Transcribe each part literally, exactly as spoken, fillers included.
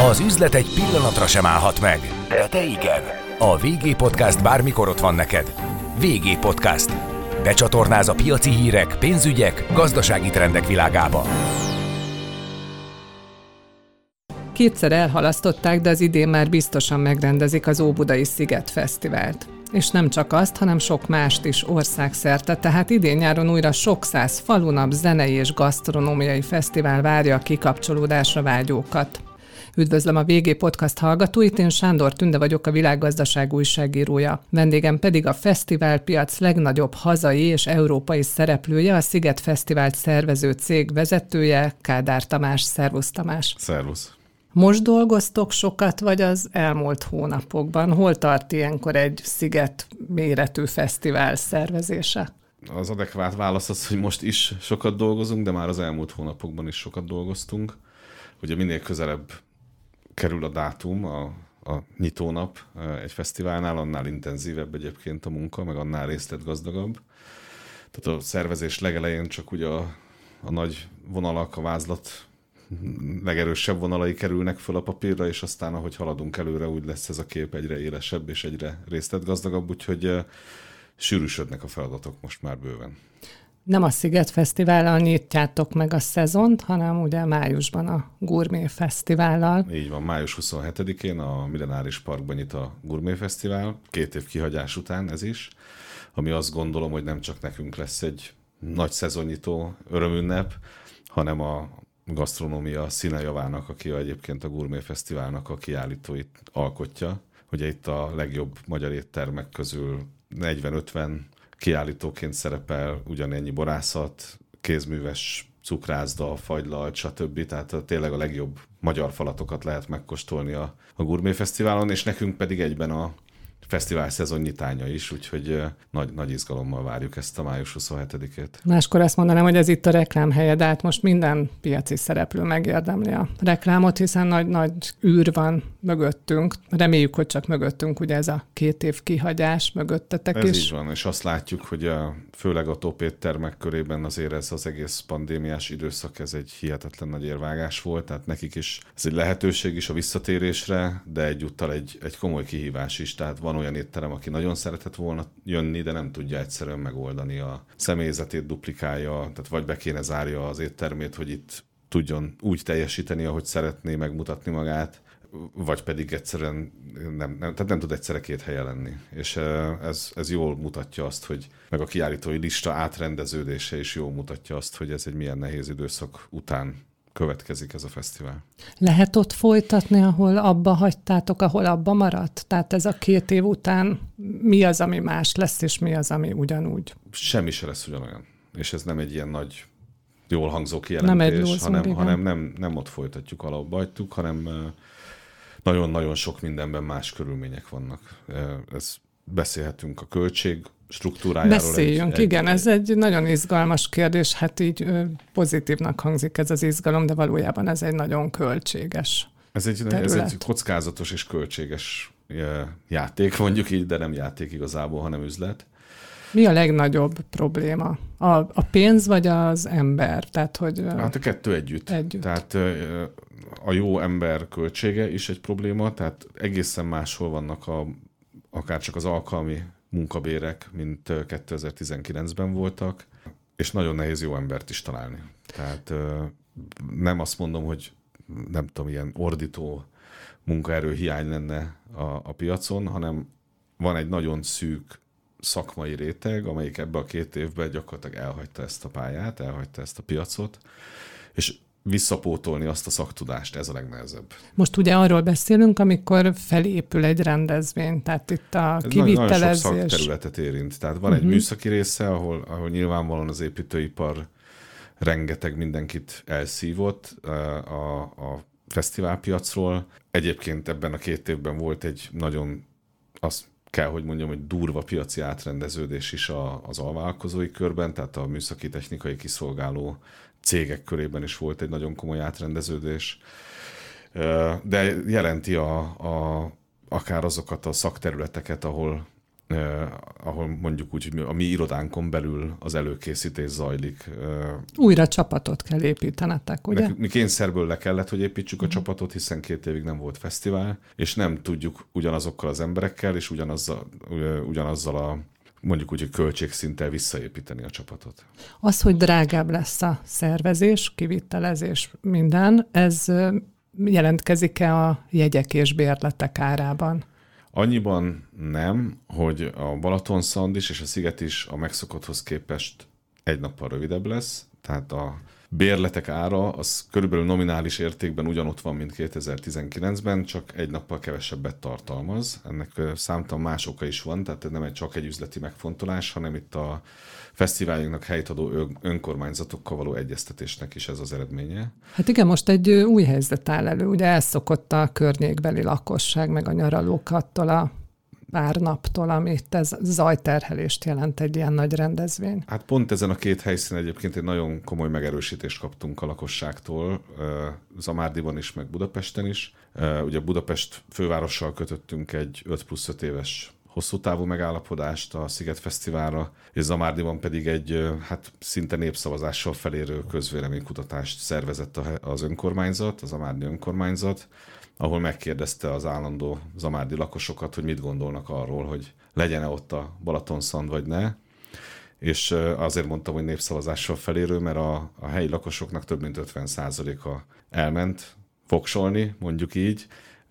Az üzlet egy pillanatra sem állhat meg, de te igen. A vé gé Podcast bármikor ott van neked. vé gé Podcast. Becsatornáz a piaci hírek, pénzügyek, gazdasági trendek világába. Kétszer elhalasztották, de az idén már biztosan megrendezik az Óbudai Sziget Fesztivált. És nem csak azt, hanem sok mást is országszerte, tehát idén-nyáron újra sok száz falunap, zenei és gasztronómiai fesztivál várja a kikapcsolódásra vágyókat. Üdvözlöm a vé gé Podcast hallgatóit, én Sándor Tünde vagyok, a Világgazdaság újságírója. Vendégem pedig a fesztiválpiac legnagyobb hazai és európai szereplője, a Sziget Fesztivált szervező cég vezetője, Kádár Tamás. Szervusz, Tamás! Szervusz! Most dolgoztok sokat, vagy az elmúlt hónapokban? Hol tart ilyenkor egy sziget méretű fesztivál szervezése? Az adekvát válasz az, hogy most is sokat dolgozunk, de már az elmúlt hónapokban is sokat dolgoztunk. Ugye minél közelebb kerül a dátum, a, a nyitónap egy fesztiválnál, annál intenzívebb egyébként a munka, meg annál részletgazdagabb. Tehát a szervezés legelején csak ugye a, a nagy vonalak, a vázlat legerősebb vonalai kerülnek föl a papírra, és aztán, ahogy haladunk előre, úgy lesz ez a kép egyre élesebb és egyre részletgazdagabb, úgyhogy uh, sűrűsödnek a feladatok most már bőven. Nem a Sziget Fesztivállal nyitjátok meg a szezont, hanem ugye májusban a Gourmet Fesztivállal. Így van, május huszonhetedikén a Millenáris Parkban nyit a Gourmet Fesztivál, két év kihagyás után ez is, ami azt gondolom, hogy nem csak nekünk lesz egy nagy szezonnyitó örömünnep, hanem a gasztronómia színejavának, aki egyébként a Gourmet Fesztiválnak a kiállítóit alkotja. Ugye itt a legjobb magyar éttermek közül negyven-ötven kiállítóként szerepel ugyanennyi borászat, kézműves cukrászda, fagylalt, stb. Tehát tényleg a legjobb magyar falatokat lehet megkóstolni a, a Gourmet Fesztiválon, és nekünk pedig egyben a fesztivál szezon nyitánya is, úgyhogy nagy, nagy izgalommal várjuk ezt a május huszonhetedikét. Máskor azt mondanám, hogy ez itt a reklámhelye, de hát most minden piaci szereplő megérdemli a reklámot, hiszen nagy, nagy űr van mögöttünk. Reméljük, hogy csak mögöttünk, ugye ez a két év kihagyás mögöttetek ez is. Ez így van, és azt látjuk, hogy a, főleg a top éttermek körében azért ez az egész pandémiás időszak, ez egy hihetetlen nagy érvágás volt, tehát nekik is ez egy lehetőség is a visszatérésre, de egyúttal egy, egy komoly kihívás is, tehát van olyan étterem, aki nagyon szeretett volna jönni, de nem tudja egyszerűen megoldani a személyzetét, duplikálja, tehát vagy be kéne zárja az éttermét, hogy itt tudjon úgy teljesíteni, ahogy szeretné megmutatni magát, vagy pedig egyszerűen nem, nem, tehát nem tud egyszerre két helyen lenni. És ez, ez jól mutatja azt, hogy meg a kiállítói lista átrendeződése is jól mutatja azt, hogy ez egy milyen nehéz időszak után következik ez a fesztivál. Lehet ott folytatni, ahol abba hagytátok, ahol abba maradt? Tehát ez a két év után mi az, ami más lesz, és mi az, ami ugyanúgy? Semmi se lesz ugyanolyan. És ez nem egy ilyen nagy, jól hangzó kijelentés, nem egy lózunk, hanem, igen. hanem nem, nem ott folytatjuk, ahol abba hagytuk, hanem nagyon-nagyon sok mindenben más körülmények vannak. Ez beszélhetünk a költség struktúrájáról. Beszéljünk, egy, igen, egy, ez egy nagyon izgalmas kérdés, hát így ö, pozitívnak hangzik ez az izgalom, de valójában ez egy nagyon költséges ez egy, ez egy kockázatos és költséges játék, mondjuk így, de nem játék igazából, hanem üzlet. Mi a legnagyobb probléma? A, a pénz vagy az ember? Tehát, hogy, hát a kettő együtt. együtt. Tehát a jó ember költsége is egy probléma, tehát egészen máshol vannak a, akár csak az alkalmi munkabérek, mint kétezer-tizenkilencben voltak, és nagyon nehéz jó embert is találni. Tehát nem azt mondom, hogy nem tudom, ilyen ordító munkaerő hiány lenne a, a piacon, hanem van egy nagyon szűk szakmai réteg, amelyik ebbe a két évben gyakorlatilag elhagyta ezt a pályát, elhagyta ezt a piacot, és visszapótolni azt a szaktudást, ez a legnehezebb. Most ugye arról beszélünk, amikor felépül egy rendezvény, tehát itt a ez kivitelezés. Nagyon sok szakterületet érint. Tehát van uh-huh. egy műszaki része, ahol, ahol nyilvánvalóan az építőipar rengeteg mindenkit elszívott a, a fesztiválpiacról. Egyébként ebben a két évben volt egy nagyon, azt kell, hogy mondjam, hogy durva piaci átrendeződés is a, az alvállalkozói körben, tehát a műszaki technikai kiszolgáló cégek körében is volt egy nagyon komoly átrendeződés. De jelenti a, a, akár azokat a szakterületeket, ahol eh, ahol mondjuk úgy, hogy a mi irodánkon belül az előkészítés zajlik. Újra csapatot kell építenetek, ugye? Mi kényszerből le kellett, hogy építsük a csapatot, hiszen két évig nem volt fesztivál, és nem tudjuk ugyanazokkal az emberekkel, és ugyanazzal, ugyanazzal a mondjuk úgy, hogy költségszinttel visszaépíteni a csapatot. Az, hogy drágább lesz a szervezés, kivitelezés, minden, ez jelentkezik-e a jegyek és bérletek árában? Annyiban nem, hogy a Balatonszand is és a Sziget is a megszokotthoz képest egy nappal rövidebb lesz, tehát a bérletek ára az körülbelül nominális értékben ugyanott van, mint kétezer-tizenkilencben, csak egy nappal kevesebbet tartalmaz. Ennek számtalan más oka is van, tehát nem egy csak egy üzleti megfontolás, hanem itt a fesztiváljainknak helyt adó önkormányzatokkal való egyeztetésnek is ez az eredménye. Hát igen, most egy új helyzet áll elő. Ugye elszokott a környékbeli lakosság, meg a nyaralók attól a pár naptól, amit ez zajterhelést jelent egy ilyen nagy rendezvény. Hát pont ezen a két helyszínen egyébként egy nagyon komoly megerősítést kaptunk a lakosságtól, Zamárdiban is, meg Budapesten is. Ugye Budapest fővárossal kötöttünk egy öt plusz öt éves hosszú távú megállapodást a Sziget Fesztiválra, és Zamárdiban pedig egy hát szinte népszavazással felérő közvéleménykutatást szervezett az önkormányzat, az zamárdi önkormányzat, ahol megkérdezte az állandó zamárdi lakosokat, hogy mit gondolnak arról, hogy legyen-e ott a Balatonszand vagy ne. És azért mondtam, hogy népszavazással felérő, mert a, a helyi lakosoknak több mint ötven százaléka elment voksolni, mondjuk így.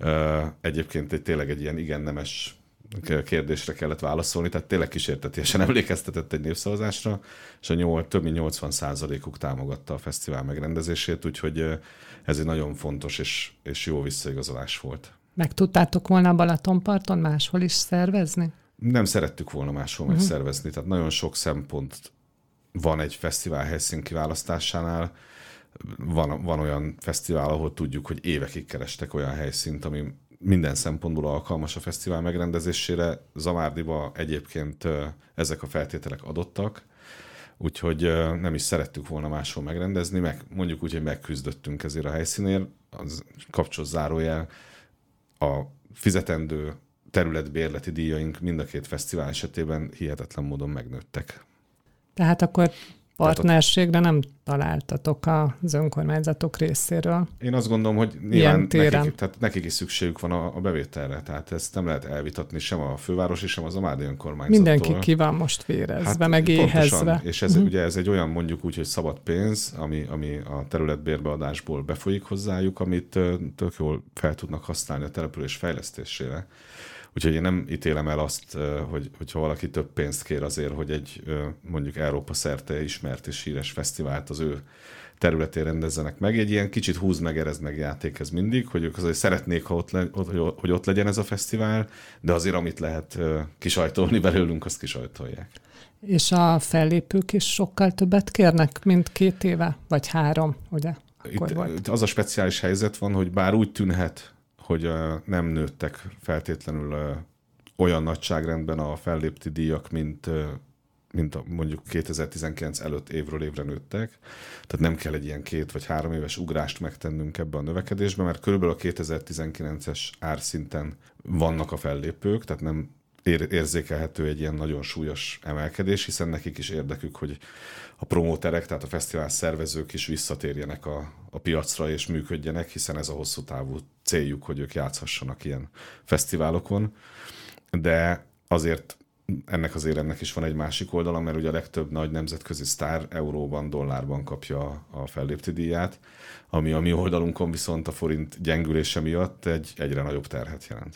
Egyébként egy, tényleg egy ilyen igen-nemes kérdésre kellett válaszolni, tehát tényleg kísértetiesen emlékeztetett egy népszavazásra, és a nyolc, több mint nyolcvan százalékuk támogatta a fesztivál megrendezését, úgyhogy ez egy nagyon fontos és, és jó visszaigazolás volt. Meg tudtátok volna a Balatonparton máshol is szervezni? Nem szerettük volna máshol uh-huh. megszervezni, tehát nagyon sok szempont van egy fesztivál helyszín kiválasztásánál. Van, van olyan fesztivál, ahol tudjuk, hogy évekig kerestek olyan helyszínt, ami minden szempontból alkalmas a fesztivál megrendezésére. Zamárdiba egyébként ezek a feltételek adottak, úgyhogy nem is szerettük volna máshol megrendezni, meg mondjuk úgy, hogy megküzdöttünk ezért a helyszínért. Az kapcsolat zárójel, a fizetendő területbérleti díjaink mind a két fesztivál esetében hihetetlen módon megnőttek. Tehát akkor partnerségre nem találtatok az önkormányzatok részéről. Én azt gondolom, hogy nyilván nekik, tehát nekik is szükségük van a, a bevételre, tehát ezt nem lehet elvitatni sem a fővárosi, sem az zamárdi önkormányzattól. Mindenki ki van most vérezve, hát, meg éhezve. Pontosan, és ez, uh-huh. ugye ez egy olyan mondjuk úgy, hogy szabad pénz, ami, ami a területbérbeadásból befolyik hozzájuk, amit tök jól fel tudnak használni a település fejlesztésére. Úgyhogy én nem ítélem el azt, hogy, hogyha valaki több pénzt kér azért, hogy egy mondjuk Európa szerte ismert és híres fesztivált az ő területén rendezzenek meg. Egy ilyen kicsit húz meg, erezd meg játék ez mindig, hogy ők azért szeretnék, ha ott le, hogy ott legyen ez a fesztivál, de azért amit lehet kisajtolni belőlünk, azt kisajtolják. És a fellépők is sokkal többet kérnek, mint két éve, vagy három, ugye? Itt, itt az a speciális helyzet van, hogy bár úgy tűnhet, hogy nem nőttek feltétlenül olyan nagyságrendben a fellépti díjak, mint, mint mondjuk kétezer-tizenkilenc előtt évről évre nőttek. Tehát nem kell egy ilyen két vagy három éves ugrást megtennünk ebbe a növekedésbe, mert körülbelül a kétezer-tizenkilences árszinten vannak a fellépők, tehát nem érzékelhető egy ilyen nagyon súlyos emelkedés, hiszen nekik is érdekük, hogy a promóterek, tehát a fesztivál szervezők is visszatérjenek a, a piacra és működjenek, hiszen ez a hosszú távú céljuk, hogy ők játszhassanak ilyen fesztiválokon. De azért ennek az éremnek is van egy másik oldala, mert ugye a legtöbb nagy nemzetközi sztár euróban, dollárban kapja a fellépti díját, ami a mi oldalunkon viszont a forint gyengülése miatt egy egyre nagyobb terhet jelent.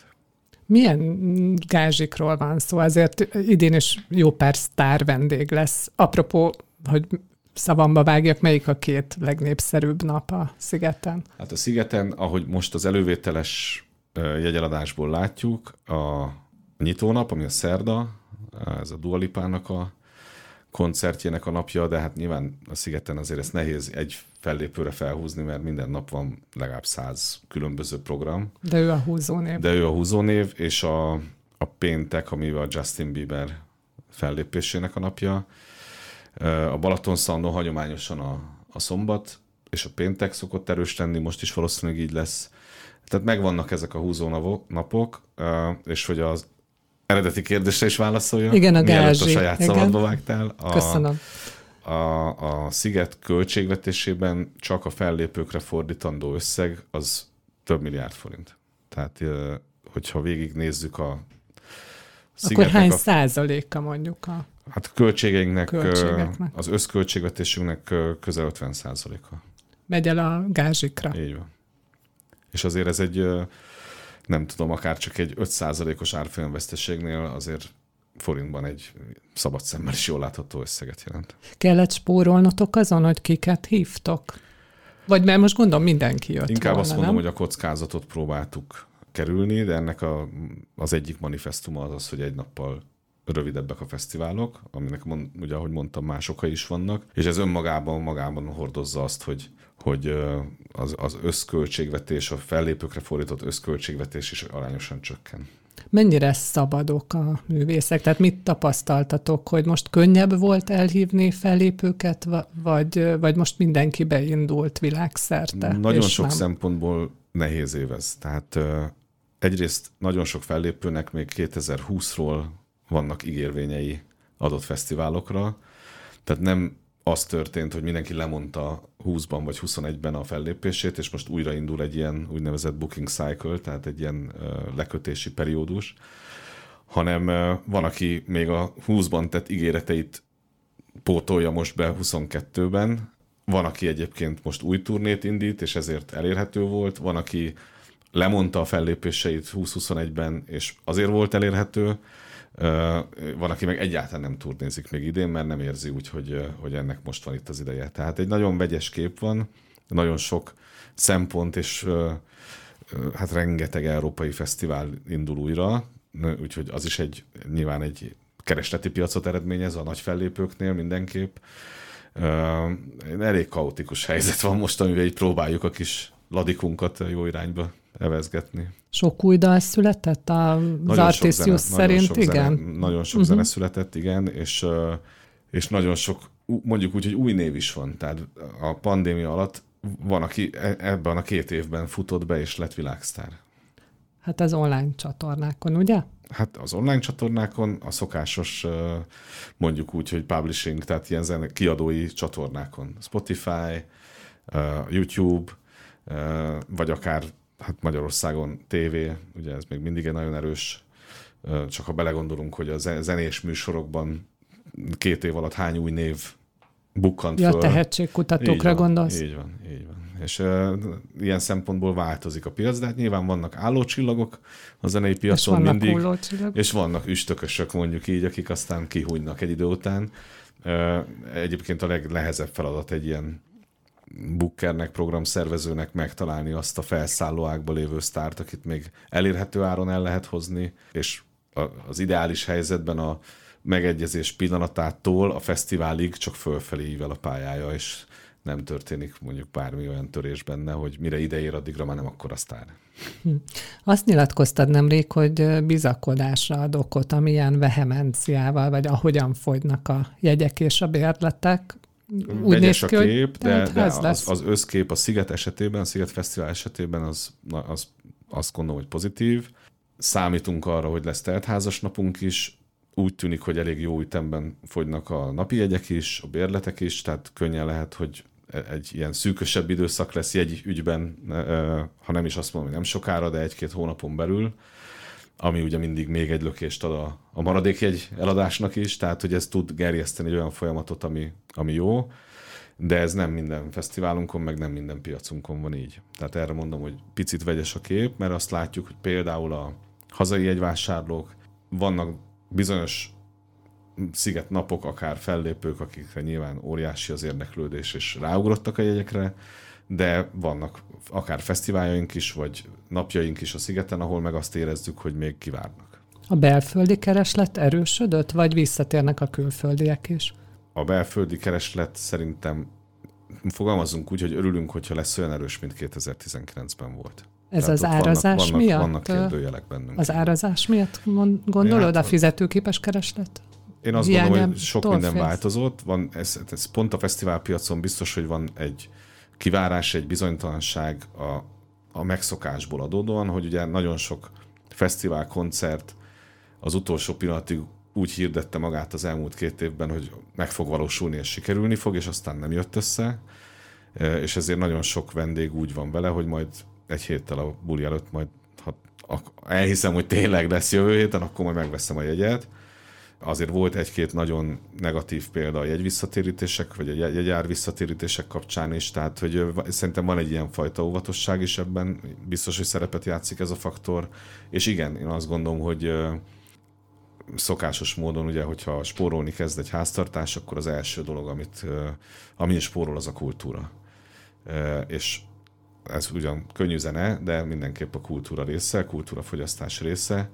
Milyen gázsikról van szó? Azért idén is jó pár sztár vendég lesz. Apropó, hogy szavamba vágjak, melyik a két legnépszerűbb nap a Szigeten? Hát a Szigeten, ahogy most az elővételes jegyeladásból látjuk, a nyitónap, ami a szerda, ez a Dua Lipának a koncertjének a napja, de hát nyilván a Szigeten azért ezt nehéz egy fellépőre felhúzni, mert minden nap van legalább száz különböző program. De ő a húzónév. De ő a húzónév, és a, a péntek, ami a Justin Bieber fellépésének a napja. A Balatonszandon hagyományosan a, a szombat, és a péntek szokott erős lenni, most is valószínűleg így lesz. Tehát megvannak ezek a húzó napok, és hogy az eredeti kérdésre is válaszoljak. Igen, a mielőtt gázsi. a saját Igen. szabadba vágtál. A, Köszönöm. A, a Sziget költségvetésében csak a fellépőkre fordítandó összeg az több milliárd forint. Tehát, hogyha végignézzük a Szigetnek... Akkor hány a, százaléka mondjuk a hát a költségeinknek, költségeknek? Az összköltségvetésünknek közel ötven százaléka. Megy el a gázsikra. Így van. És azért ez egy, nem tudom, akár csak egy öt százalékos árfolyamveszteségnél azért forintban egy szabad szemmel is jól látható összeget jelent. Kellett spórolnotok azon, hogy kiket hívtok? Vagy mert most gondolom mindenki jött Inkább volna, azt mondom, nem? hogy a kockázatot próbáltuk kerülni, de ennek a, az egyik manifesztuma az az, hogy egy nappal rövidebbek a fesztiválok, aminek mond, ugye, ahogy mondtam, más okai is vannak, és ez önmagában magában hordozza azt, hogy, hogy az, az összköltségvetés, a fellépőkre fordított összköltségvetés is arányosan csökken. Mennyire szabadok a művészek? Tehát mit tapasztaltatok, hogy most könnyebb volt elhívni fellépőket, vagy, vagy most mindenki beindult világszerte? Nagyon sok nem? szempontból nehéz év ez. Tehát egyrészt nagyon sok fellépőnek még kétezer-húszról vannak ígérvényei adott fesztiválokra. Tehát nem az történt, hogy mindenki lemondta húszban vagy huszonegyben a fellépését, és most újra indul egy ilyen úgynevezett booking cycle, tehát egy ilyen lekötési periódus, hanem van, aki még a húszban tett ígéreteit pótolja most be huszonkettőben, van, aki egyébként most új turnét indít, és ezért elérhető volt, van, aki lemondta a fellépéseit húsz-huszonegyben, és azért volt elérhető, van, aki meg egyáltalán nem turnézik még idén, mert nem érzi úgy, hogy, hogy ennek most van itt az ideje. Tehát egy nagyon vegyes kép van, nagyon sok szempont, és hát rengeteg európai fesztivál indul újra, úgyhogy az is egy nyilván egy keresleti piacot eredményez a nagy fellépőknél mindenképp. Elég kaotikus helyzet van most, amivel így próbáljuk a kis ladikunkat jó irányba evezgetni. Sok új dal született az Artisius szerint, nagyon igen? Zene, nagyon sok uh-huh. zene született, igen, és, és nagyon sok, mondjuk úgy, hogy új név is van. Tehát a pandémia alatt van, aki ebben a két évben futott be, és lett világsztár. Hát az online csatornákon, ugye? Hát az online csatornákon, a szokásos, mondjuk úgy, hogy publishing, tehát ilyen zene, kiadói csatornákon. Spotify, YouTube, vagy akár hát Magyarországon tévé, ugye ez még mindig egy nagyon erős, csak ha belegondolunk, hogy a zenés műsorokban két év alatt hány új név bukkant ja, föl. Ja, tehetségkutatókra így van, gondolsz? Így van, így van. És uh, ilyen szempontból változik a piac, de hát nyilván vannak állócsillagok a zenei piacon és mindig. Hullócsillag. És vannak üstökösök, mondjuk így, akik aztán kihújnak egy idő után. Uh, egyébként a legnehezebb feladat egy ilyen bookernek, programszervezőnek megtalálni azt a felszálló ágba lévő sztárt, akit még elérhető áron el lehet hozni, és az ideális helyzetben a megegyezés pillanatától a fesztiválig csak fölfelé ível a pályája, és nem történik mondjuk bármi olyan törés benne, hogy mire ideér, addigra már nem akkora sztár. Hm. Azt nyilatkoztad nemrég, hogy bizakodásra ad okot, amilyen vehemenciával, vagy ahogyan fogynak a jegyek és a bérletek. Úgy vegyes néz a ki, kép, hogy de, de az, az, az összkép a Sziget esetében, a Sziget Fesztivál esetében az, az azt gondolom, hogy pozitív. Számítunk arra, hogy lesz teltházas napunk is. Úgy tűnik, hogy elég jó ütemben fogynak a napi jegyek is, a bérletek is, tehát könnyen lehet, hogy egy ilyen szűkösebb időszak lesz jegy ügyben, ha nem is azt mondom, hogy nem sokára, de egy-két hónapon belül, ami ugye mindig még egy lökést ad a, a maradékjegy eladásnak is, tehát hogy ez tud gerjeszteni egy olyan folyamatot, ami, ami jó, de ez nem minden fesztiválunkon, meg nem minden piacunkon van így. Tehát erre mondom, hogy picit vegyes a kép, mert azt látjuk, hogy például a hazai jegyvásárlók, vannak bizonyos Sziget napok, akár fellépők, akikre nyilván óriási az érdeklődés, és ráugrottak a jegyekre, de vannak akár fesztiváljaink is, vagy napjaink is a Szigeten, ahol meg azt érezzük, hogy még kivárnak. A belföldi kereslet erősödött, vagy visszatérnek a külföldiek is? A belföldi kereslet szerintem, fogalmazunk úgy, hogy örülünk, hogyha lesz olyan erős, mint kétezer-tizenkilencben volt. Ez Tehát az árazás vannak, miatt? Vannak kérdőjelek bennünk. Az árazás miatt gondolod, hát, a fizetőképes kereslet? Én azt Hiányom gondolom, hogy sok minden félsz. változott. Van, ez, ez pont a fesztiválpiacon biztos, hogy van egy kivárás, egy bizonytalanság a, a megszokásból adódóan, hogy ugye nagyon sok fesztivál, koncert az utolsó pillanatig úgy hirdette magát az elmúlt két évben, hogy meg fog valósulni és sikerülni fog, és aztán nem jött össze. És ezért nagyon sok vendég úgy van vele, hogy majd egy héttel a buli előtt majd, ha elhiszem, hogy tényleg lesz jövő héten, akkor majd megveszem a jegyet. Azért volt egy-két nagyon negatív példa a jegyvisszatérítések, vagy a jegyár visszatérítések kapcsán is, tehát hogy szerintem van egy ilyen fajta óvatosság is ebben, biztos, hogy szerepet játszik ez a faktor, és igen, én azt gondolom, hogy szokásos módon, ugye, hogyha spórolni kezd egy háztartás, akkor az első dolog, amit, amin spórol, az a kultúra. És ez ugyan könnyű zene, de mindenképp a kultúra része, kultúrafogyasztás része,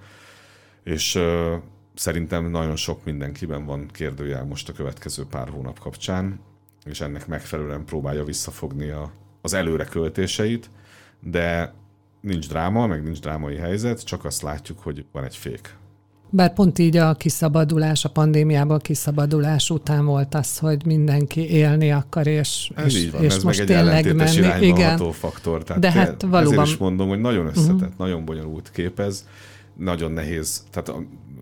és szerintem nagyon sok mindenkiben van kérdőjel most a következő pár hónap kapcsán, és ennek megfelelően próbálja visszafogni a, az előre költéseit, de nincs dráma, meg nincs drámai helyzet, csak azt látjuk, hogy van egy fék. Bár pont így a kiszabadulás, a pandémiából kiszabadulás után volt az, hogy mindenki élni akar, és, ez és, így van, és ez most meg egy tényleg menni. Igen. Ható faktor. Tehát de hát valóban... Ezért is mondom, hogy nagyon összetett, uh-huh. nagyon bonyolult kép ez, nagyon nehéz, tehát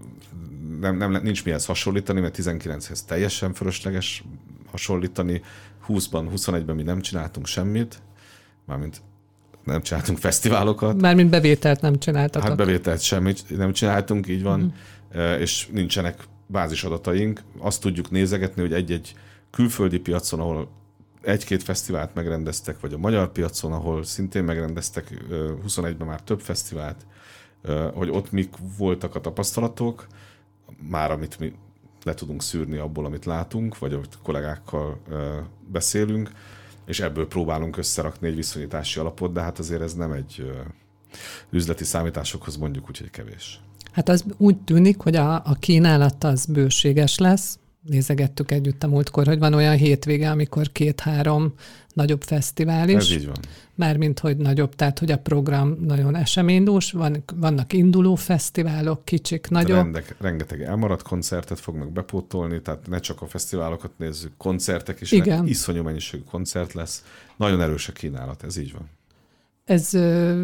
nem, nem, nincs mihez hasonlítani, mert tizenkilenchez teljesen fölösleges hasonlítani, húszban, huszonegyben mi nem csináltunk semmit, mármint nem csináltunk fesztiválokat. Mármint bevételt nem csináltatok. Hát bevételt semmit nem csináltunk, így van, uh-huh. és nincsenek bázisadataink. Azt tudjuk nézegetni, hogy egy-egy külföldi piacon, ahol egy-két fesztivált megrendeztek, vagy a magyar piacon, ahol szintén megrendeztek huszonegyben már több fesztivált, hogy ott mik voltak a tapasztalatok, már amit mi le tudunk szűrni abból, amit látunk, vagy amit kollégákkal beszélünk, és ebből próbálunk összerakni egy viszonyítási alapot, de hát azért ez nem egy üzleti számításokhoz mondjuk úgy, hogy kevés. Hát az úgy tűnik, hogy a, a kínálat az bőséges lesz. Nézegettük együtt a múltkor, hogy van olyan hétvége, amikor két-három nagyobb fesztivál is. Ez így van. Mármint, hogy nagyobb, tehát hogy a program nagyon eseménydús, van, vannak induló fesztiválok, kicsik, nagyobb. Rendek, rengeteg elmaradt koncertet fognak bepótolni, tehát ne csak a fesztiválokat nézzük, koncertek is, iszonyú mennyiségű koncert lesz. Nagyon erős a kínálat, ez így van. Ez ö,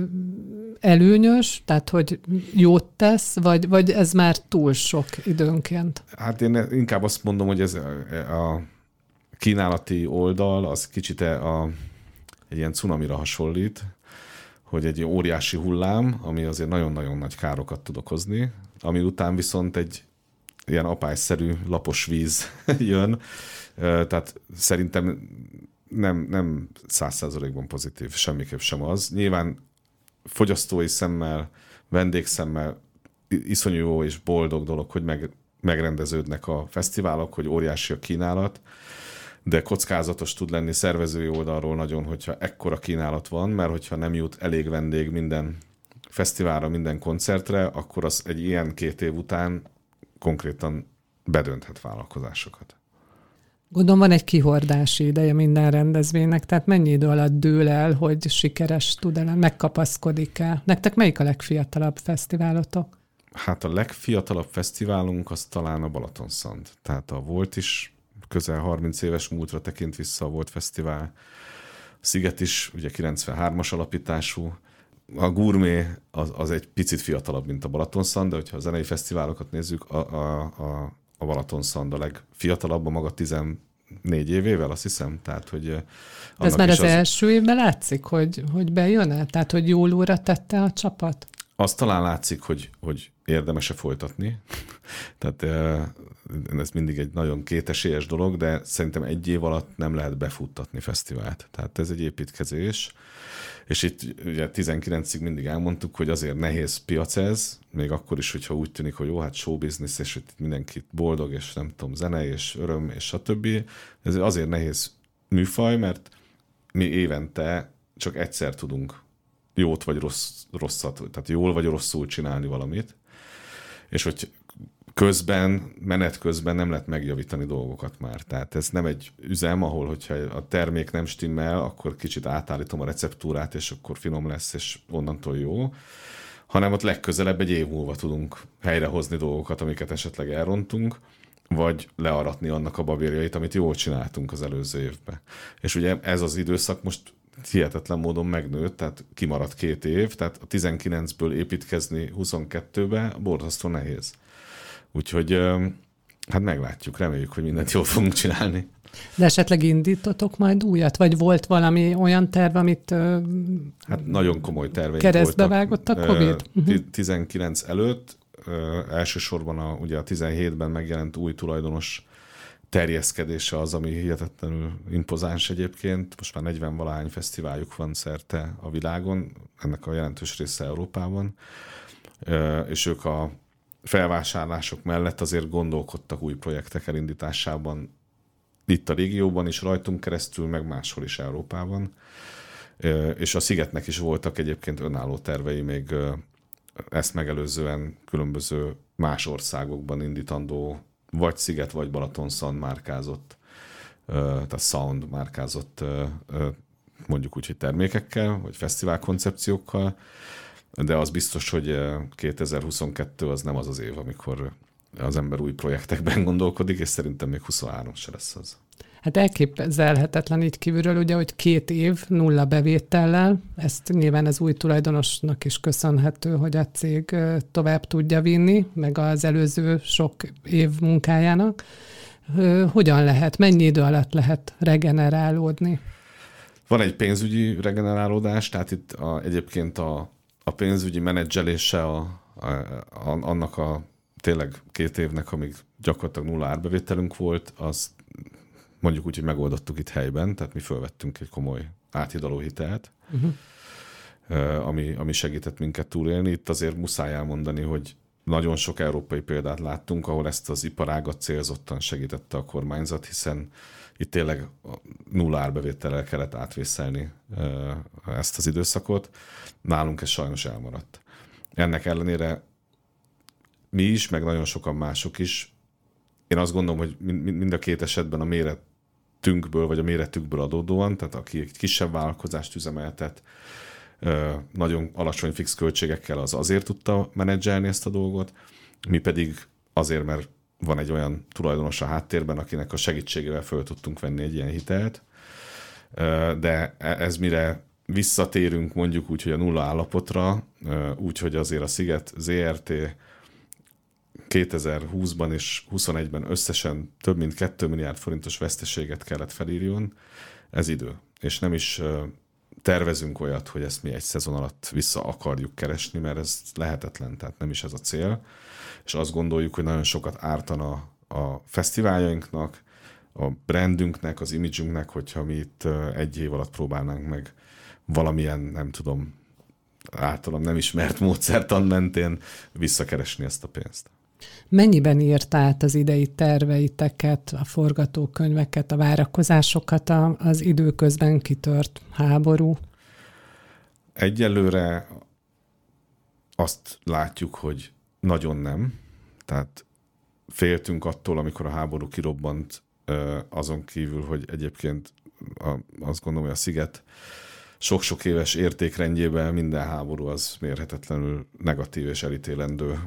előnyös, tehát hogy jót tesz, vagy, vagy ez már túl sok időnként? Hát én inkább azt mondom, hogy ez a, a kínálati oldal az kicsit a, egy ilyen cunamira hasonlít, hogy egy óriási hullám, ami azért nagyon-nagyon nagy károkat tud okozni, ami után viszont egy ilyen apályszerű lapos víz jön, tehát szerintem nem, nem száz százalékban pozitív, semmiképp sem az. Nyilván fogyasztói szemmel, vendégszemmel iszonyú jó és boldog dolog, hogy meg, megrendeződnek a fesztiválok, hogy óriási a kínálat, de kockázatos tud lenni szervezői oldalról nagyon, hogyha ekkora kínálat van, mert hogyha nem jut elég vendég minden fesztiválra, minden koncertre, akkor az egy ilyen két év után konkrétan bedönthet vállalkozásokat. Gondolom van egy kihordási ideje minden rendezvénynek, tehát mennyi idő alatt dől el, hogy sikeres tud el, megkapaszkodik el? Nektek melyik a legfiatalabb fesztiválotok? Hát a legfiatalabb fesztiválunk az talán a Balatonszand. Tehát a volt is közel harminc éves múltra tekint vissza a Volt Fesztivál. A Sziget is ugye kilencvenhármas alapítású. A Gourmet az, az egy picit fiatalabb, mint a Balatonszand, de hogyha a zenei fesztiválokat nézzük, a, a, a a Balatonszand a legfiatalabb, a maga tizennégy évével, azt hiszem. Tehát, hogy ez már az, az első évben látszik, hogy, hogy bejön-e? Tehát, hogy jól óra tette a csapat? Azt talán látszik, hogy, hogy érdemes-e folytatni. Tehát ez mindig egy nagyon kétesélyes dolog, de szerintem egy év alatt nem lehet befuttatni fesztivált. Tehát ez egy építkezés. És itt ugye tizenkilencig mindig elmondtuk, hogy azért nehéz piac ez, még akkor is, hogyha úgy tűnik, hogy jó, hát show business, és hogy mindenki boldog, és nem tudom, zene, és öröm, és stb. Ez azért nehéz műfaj, mert mi évente csak egyszer tudunk jót vagy rossz, rosszat, tehát jól vagy rosszul csinálni valamit, és hogy közben, menet közben nem lehet megjavítani dolgokat már. Tehát ez nem egy üzem, ahol hogyha a termék nem stimmel, akkor kicsit átállítom a receptúrát, és akkor finom lesz, és onnantól jó, hanem ott legközelebb egy év múlva tudunk helyrehozni dolgokat, amiket esetleg elrontunk, vagy learatni annak a babérjait, amit jól csináltunk az előző évben. És ugye ez az időszak most hihetetlen módon megnőtt, tehát kimaradt két év, tehát a tizenkilencből építkezni huszonkettőbe borzasztó nehéz. Úgyhogy hát meglátjuk, reméljük, hogy mindent jól fogunk csinálni. De esetleg indítotok majd újat? Vagy volt valami olyan terv, amit hát nagyon komoly terveink keresztbe vágott a Covid? tizenkilenc előtt, elsősorban a, ugye a tizenhétben megjelent új tulajdonos terjeszkedése az, ami hihetetlenül impozáns egyébként. Most már negyven-valahány fesztiváljuk van szerte a világon, ennek a jelentős része Európában, és ők a felvásárlások mellett azért gondolkodtak új projektek elindításában itt a régióban is, rajtunk keresztül, meg máshol is Európában. És a Szigetnek is voltak egyébként önálló tervei még ezt megelőzően különböző más országokban indítandó vagy Sziget, vagy Balatonszand márkázott, tehát Sound márkázott mondjuk úgy, hogy termékekkel, vagy fesztivál koncepciókkal, de az biztos, hogy kétezer-huszonkettő az nem az az év, amikor az ember új projektekben gondolkodik, és szerintem még huszonhárom se lesz az. Hát elképzelhetetlen így kívülről, ugye, hogy két év nulla bevétellel, ezt nyilván az új tulajdonosnak is köszönhető, hogy a cég tovább tudja vinni, meg az előző sok év munkájának. Hogyan lehet, mennyi idő alatt lehet regenerálódni? Van egy pénzügyi regenerálódás, tehát itt a, egyébként a, a pénzügyi menedzselése a, a, a, annak a tényleg két évnek, amíg gyakorlatilag nulla árbevételünk volt, az mondjuk úgy, hogy megoldottuk itt helyben, tehát mi fölvettünk egy komoly áthidaló hitelt, uh-huh. ami, ami segített minket túlélni. Itt azért muszáj elmondani, hogy nagyon sok európai példát láttunk, ahol ezt az iparágat célzottan segítette a kormányzat, hiszen itt tényleg nulla árbevétellel kellett átvészelni ezt az időszakot. Nálunk ez sajnos elmaradt. Ennek ellenére mi is, meg nagyon sokan mások is. Én azt gondolom, hogy mind a két esetben a méretünkből, vagy a méretükből adódóan, tehát aki egy kisebb vállalkozást üzemeltet, nagyon alacsony fix költségekkel, az azért tudta menedzselni ezt a dolgot, mi pedig azért, mert van egy olyan tulajdonos a háttérben, akinek a segítségével föl tudtunk venni egy ilyen hitelt, de ez mire visszatérünk mondjuk úgy, hogy a nulla állapotra, úgy, hogy azért a Sziget zé er té kétezer-húszban és huszonegyben összesen több mint két milliárd forintos veszteséget kellett felírjon, ez idő. És nem is tervezünk olyat, hogy ezt mi egy szezon alatt vissza akarjuk keresni, mert ez lehetetlen, tehát nem is ez a cél. És azt gondoljuk, hogy nagyon sokat ártana a fesztiváljainknak, a brandünknek, az imidzsünknek, hogyha mi itt egy év alatt próbálnánk meg valamilyen, nem tudom, általam nem ismert módszertan mentén visszakeresni ezt a pénzt. Mennyiben írt át az idei terveiteket, a forgatókönyveket, a várakozásokat az időközben kitört háború? Egyelőre azt látjuk, hogy nagyon nem. Tehát féltünk attól, amikor a háború kirobbant, azon kívül, hogy egyébként azt gondolom, hogy a Sziget sok-sok éves értékrendjében minden háború az mérhetetlenül negatív és elítélendő,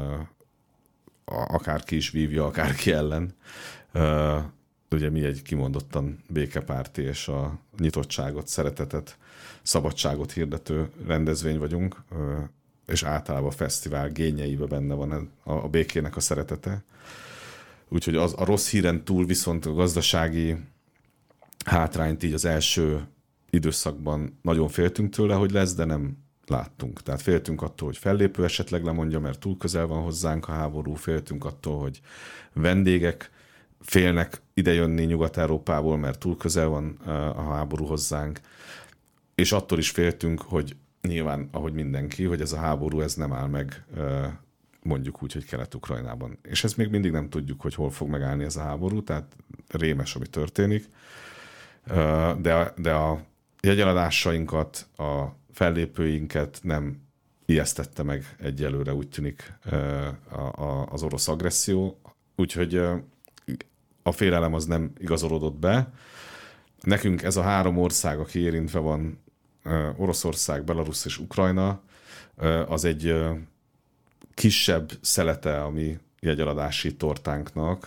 akárki is vívja, akárki ellen. Ugye mi egy kimondottan békepárti és a nyitottságot, szeretetet, szabadságot hirdető rendezvény vagyunk, és általában a fesztivál gényeiben benne van a békének a szeretete. Úgyhogy az, a rossz híren túl viszont a gazdasági hátrányt így az első időszakban nagyon féltünk tőle, hogy lesz, de nem láttunk. Tehát féltünk attól, hogy fellépő esetleg lemondja, mert túl közel van hozzánk a háború, féltünk attól, hogy vendégek félnek idejönni Nyugat-Európából, mert túl közel van a háború hozzánk, és attól is féltünk, hogy nyilván, ahogy mindenki, hogy ez a háború ez nem áll meg mondjuk úgy, hogy Kelet-Ukrajnában. És ezt még mindig nem tudjuk, hogy hol fog megállni ez a háború, tehát rémes, ami történik. De, de a jegyeladásainkat, a fellépőinket nem ijesztette meg egyelőre, úgy tűnik az orosz agresszió. Úgyhogy a félelem az nem igazolódott be. Nekünk ez a három ország, aki érintve van, Oroszország, Belarus és Ukrajna, az egy kisebb szelete a mi jegyeladási tortánknak,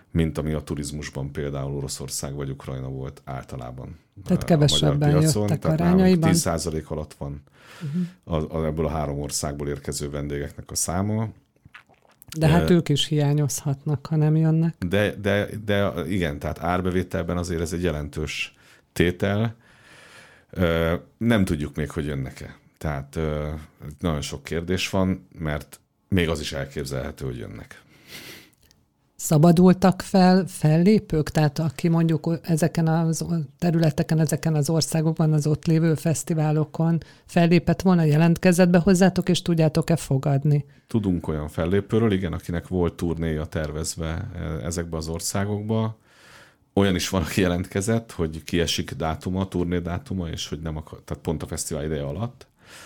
mint ami a turizmusban például Oroszország vagy Ukrajna volt általában. Tehát kevesebben jöttek arányaiban? tíz százalék alatt van uh-huh. a, a, ebből a három országból érkező vendégeknek a száma. De hát ők is hiányozhatnak, ha nem jönnek. De, de, de igen, tehát árbevételben azért ez egy jelentős tétel. Nem tudjuk még, hogy jönnek-e. Tehát nagyon sok kérdés van, mert még az is elképzelhető, hogy jönnek. Szabadultak fel fellépők? Tehát aki mondjuk ezeken a területeken, ezeken az országokban, az ott lévő fesztiválokon fellépett volna, jelentkezett be hozzátok, és tudjátok-e fogadni? Tudunk olyan fellépőről, igen, akinek volt turnéja tervezve ezekbe az országokba. Olyan is van, aki jelentkezett, hogy kiesik dátuma, turné dátuma, és hogy nem akar, tehát pont a fesztivál ideje alatt.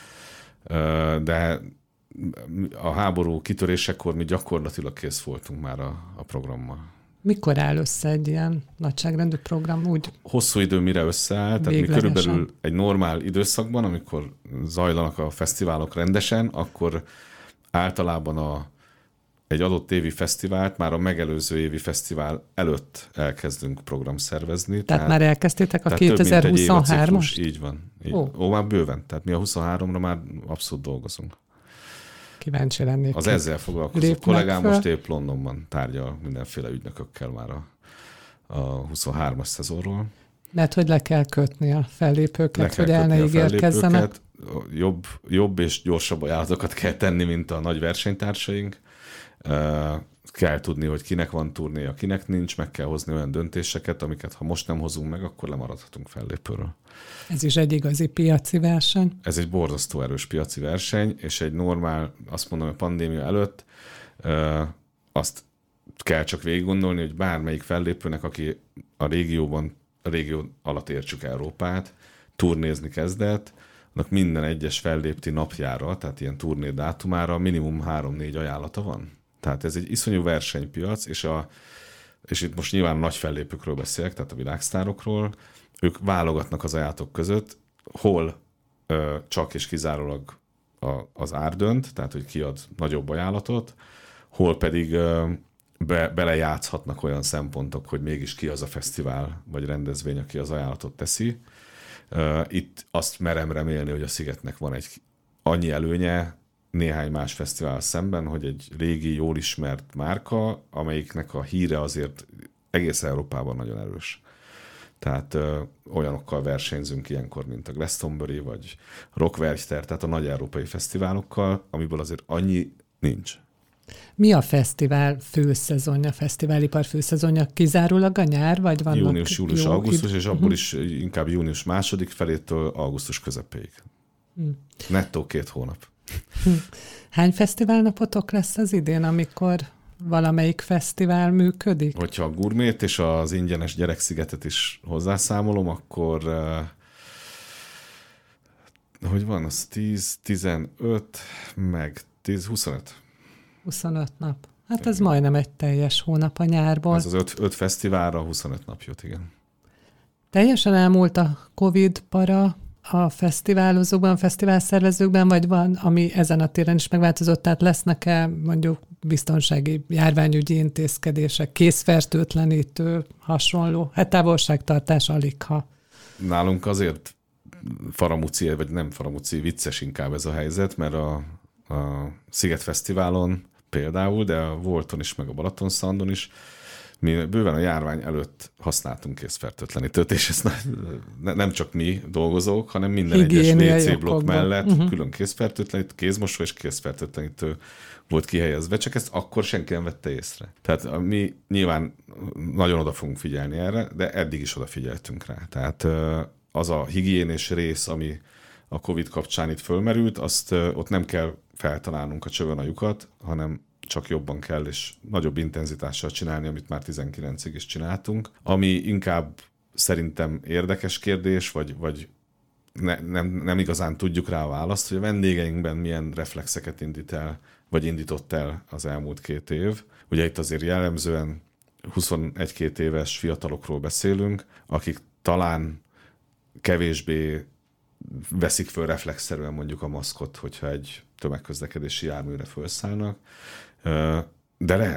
De a háború kitörésekor mi gyakorlatilag kész voltunk már a, a programmal. Mikor áll össze egy ilyen nagyságrendű program? Úgy hosszú idő mire összeáll, tehát mi körülbelül egy normál időszakban, amikor zajlanak a fesztiválok rendesen, akkor általában a, egy adott évi fesztivált már a megelőző évi fesztivál előtt elkezdünk program szervezni. Tehát, tehát már elkezdtétek a kétezer-huszonhármas? Így van. Így. Ó. Ó, már bőven. Tehát mi a huszonháromra már abszolút dolgozunk. Kíváncsi lennék. Az ezzel foglalkozó kollégám most épp Londonban tárgyal mindenféle ügynökökkel már a, a huszonhármas szezonról. Mert hogy le kell kötni a fellépőket, hogy el ne ígérkezzenek. Jobb, jobb és gyorsabb ajánlatokat kell tenni, mint a nagy versenytársaink. Kell tudni, hogy kinek van turnéja, kinek nincs, meg kell hozni olyan döntéseket, amiket ha most nem hozunk meg, akkor lemaradhatunk fellépőről. Ez is egy igazi piaci verseny. Ez egy borzasztó erős piaci verseny, és egy normál, azt mondom, a pandémia előtt azt kell csak végig gondolni, hogy bármelyik fellépőnek, aki a régióban, a régió alatt értsük Európát, turnézni kezdett, annak minden egyes fellépti napjára, tehát ilyen turné dátumára minimum három-négy ajánlata van. Tehát ez egy iszonyú versenypiac, és, a, és itt most nyilván nagy fellépőkről beszélek, tehát a világsztárokról, ők válogatnak az ajánlatok között, hol ö, csak és kizárólag a, az ár dönt, tehát hogy kiad nagyobb ajánlatot, hol pedig ö, be, belejátszhatnak olyan szempontok, hogy mégis ki az a fesztivál vagy rendezvény, aki az ajánlatot teszi. Ö, itt azt merem remélni, hogy a Szigetnek van egy annyi előnye, néhány más fesztivál szemben, hogy egy régi, jól ismert márka, amelyiknek a híre azért egész Európában nagyon erős. Tehát ö, olyanokkal versenyzünk ilyenkor, mint a Glastonbury, vagy Rockwerchter, tehát a nagy európai fesztiválokkal, amiből azért annyi nincs. Mi a fesztivál főszezonja, a fesztiválipar főszezonja? Kizárólag a nyár, vagy vannak? Június, július, augusztus, és abból is inkább június második felétől augusztus közepéig. Hmm. Nettó két hónap. Hány fesztiválnapotok lesz az idén, amikor valamelyik fesztivál működik? Hogyha a gurmét és az ingyenes gyerekszigetet is hozzászámolom, akkor uh, hogy van, az tíz, tizenöt, meg tíz, huszonöt. huszonöt nap. Hát igen. Ez majdnem egy teljes hónap a nyárból. Ez az öt, öt fesztiválra huszonöt nap jut, igen. Teljesen elmúlt a Covid para a fesztiválozókban, a fesztiválszervezőkben, vagy van, ami ezen a téren is megváltozott, tehát lesznek-e mondjuk biztonsági járványügyi intézkedések, készfertőtlenítő, hasonló, hát távolságtartás alig, ha. Nálunk azért faramúci, vagy nem faramúci, vicces inkább ez a helyzet, mert a, a Sziget Fesztiválon például, de a Volton is, meg a Balatonszandon is, mi bőven a járvány előtt használtunk készfertőtlenítőt, és ezt ne, nem csak mi dolgozók, hanem minden higiéniai egyes vé cé blokk mellett uh-huh. külön készfertőtlenítő, kézmosó és készfertőtlenítő volt kihelyezve, csak ezt akkor senki nem vette észre. Tehát mi nyilván nagyon oda fogunk figyelni erre, de eddig is odafigyeltünk rá. Tehát az a higiénés rész, ami a Covid kapcsán itt fölmerült, azt ott nem kell feltalálnunk a csövön a lyukat, hanem csak jobban kell, és nagyobb intenzitással csinálni, amit már tizenkilencig is csináltunk. Ami inkább szerintem érdekes kérdés, vagy, vagy ne, nem, nem igazán tudjuk rá a választ, hogy a vendégeinkben milyen reflexeket indít el, vagy indított el az elmúlt két év. Ugye itt azért jellemzően huszonegy-két éves fiatalokról beszélünk, akik talán kevésbé veszik föl reflexzerűen mondjuk a maszkot, hogyha egy tömegközlekedési járműre felszállnak. De lehet.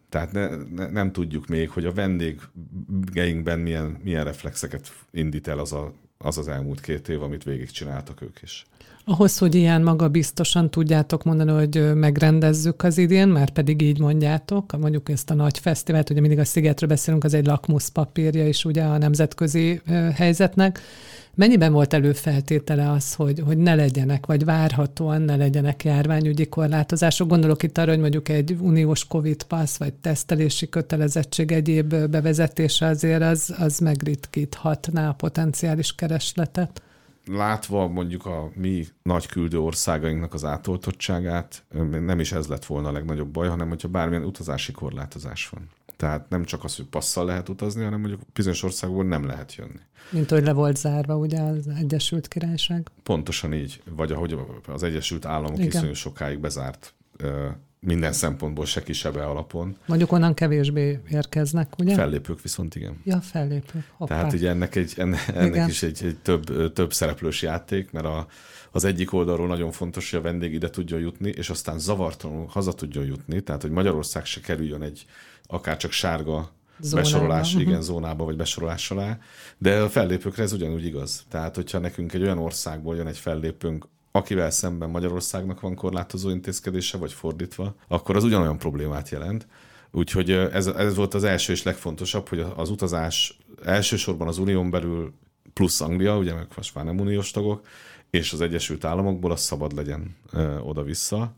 Tehát ne, ne, nem tudjuk még, hogy a vendégeinkben milyen, milyen reflexeket indít el az, a, az az elmúlt két év, amit végigcsináltak ők is. Ahhoz, hogy ilyen magabiztosan tudjátok mondani, hogy megrendezzük az idén, már pedig így mondjátok, mondjuk ezt a nagy fesztivált, ugye mindig a Szigetről beszélünk, az egy lakmuszpapírja is ugye a nemzetközi helyzetnek. Mennyiben volt előfeltétele az, hogy, hogy ne legyenek, vagy várhatóan ne legyenek járványügyi korlátozások? Gondolok itt arra, hogy mondjuk egy uniós Covid passz, vagy tesztelési kötelezettség egyéb bevezetése azért az, az megritkíthatná a potenciális keresletet. Látva mondjuk a mi nagy küldő országainknak az átoltottságát, nem is ez lett volna a legnagyobb baj, hanem hogyha bármilyen utazási korlátozás van. Tehát nem csak az, hogy passzal lehet utazni, hanem mondjuk bizonyos országból nem lehet jönni. Mint hogy le volt zárva ugye az Egyesült Királyság. Pontosan így. Vagy ahogy az Egyesült Államok Igen. iszonyú sokáig bezárt minden szempontból se kisebe alapon. Mondjuk onnan kevésbé érkeznek, ugye? Fellépők viszont igen. Ja, fellépők. Hoppá. Tehát ugye ennek, egy, ennek, ennek is egy, egy több, több szereplős játék, mert a, az egyik oldalról nagyon fontos, hogy a vendég ide tudjon jutni, és aztán zavartalanul haza tudjon jutni, tehát hogy Magyarország se kerüljön egy akár csak sárga zónába. Besorolás, igen, zónába vagy besorolás alá, de a fellépőkre ez ugyanúgy igaz. Tehát, hogyha nekünk egy olyan országból jön egy fellépőnk, akivel szemben Magyarországnak van korlátozó intézkedése, vagy fordítva, akkor az ugyanolyan problémát jelent. Úgyhogy ez, ez volt az első és legfontosabb, hogy az utazás elsősorban az unión belül plusz Anglia, ugye meg most már nem uniós tagok, és az Egyesült Államokból az szabad legyen ö, oda-vissza.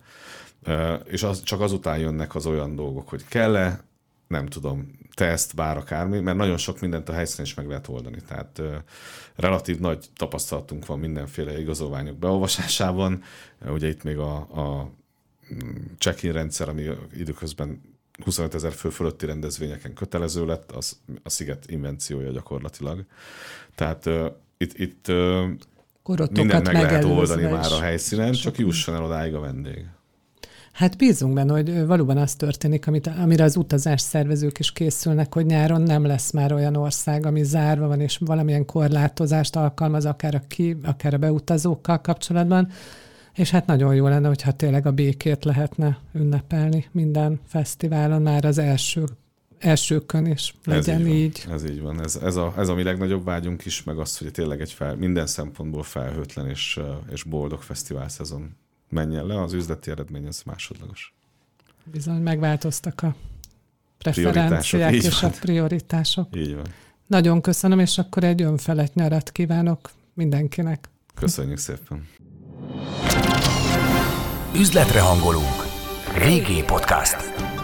Ö, és az, csak azután jönnek az olyan dolgok, hogy kell-e, nem tudom, teszt, bár akármi, mert nagyon sok mindent a helyszínen is meg lehet oldani. Tehát ö, relatív nagy tapasztalatunk van mindenféle igazolványok beolvasásában. Ugye itt még a, a check-in rendszer, ami időközben huszonöt ezer fő fölötti rendezvényeken kötelező lett, az a Sziget invenciója gyakorlatilag. Tehát ö, itt, itt ö, mindent meg lehet oldani már a helyszínen, csak jusson el odáig a vendég. Hát bízunk benne, hogy valóban az történik, amit, amire az utazás szervezők is készülnek, hogy nyáron nem lesz már olyan ország, ami zárva van, és valamilyen korlátozást alkalmaz, akár a ki, akár a beutazókkal kapcsolatban. És hát nagyon jó lenne, hogyha tényleg a békét lehetne ünnepelni minden fesztiválon, már az első, elsőkön is legyen ez így. így. Van, ez így van. Ez, ez, a, ez a mi legnagyobb vágyunk is, meg az, hogy tényleg egy fel, minden szempontból felhőtlen és, és boldog fesztivál szezon menjen le, az üzleti eredmény az másodlagos. Bizony megváltoztak a preferenciák és van. A prioritások. Így van. Nagyon köszönöm, és akkor egy önfelett nyarat kívánok mindenkinek. Köszönjük szépen. Üzletre hangolunk. vé gé Podcast.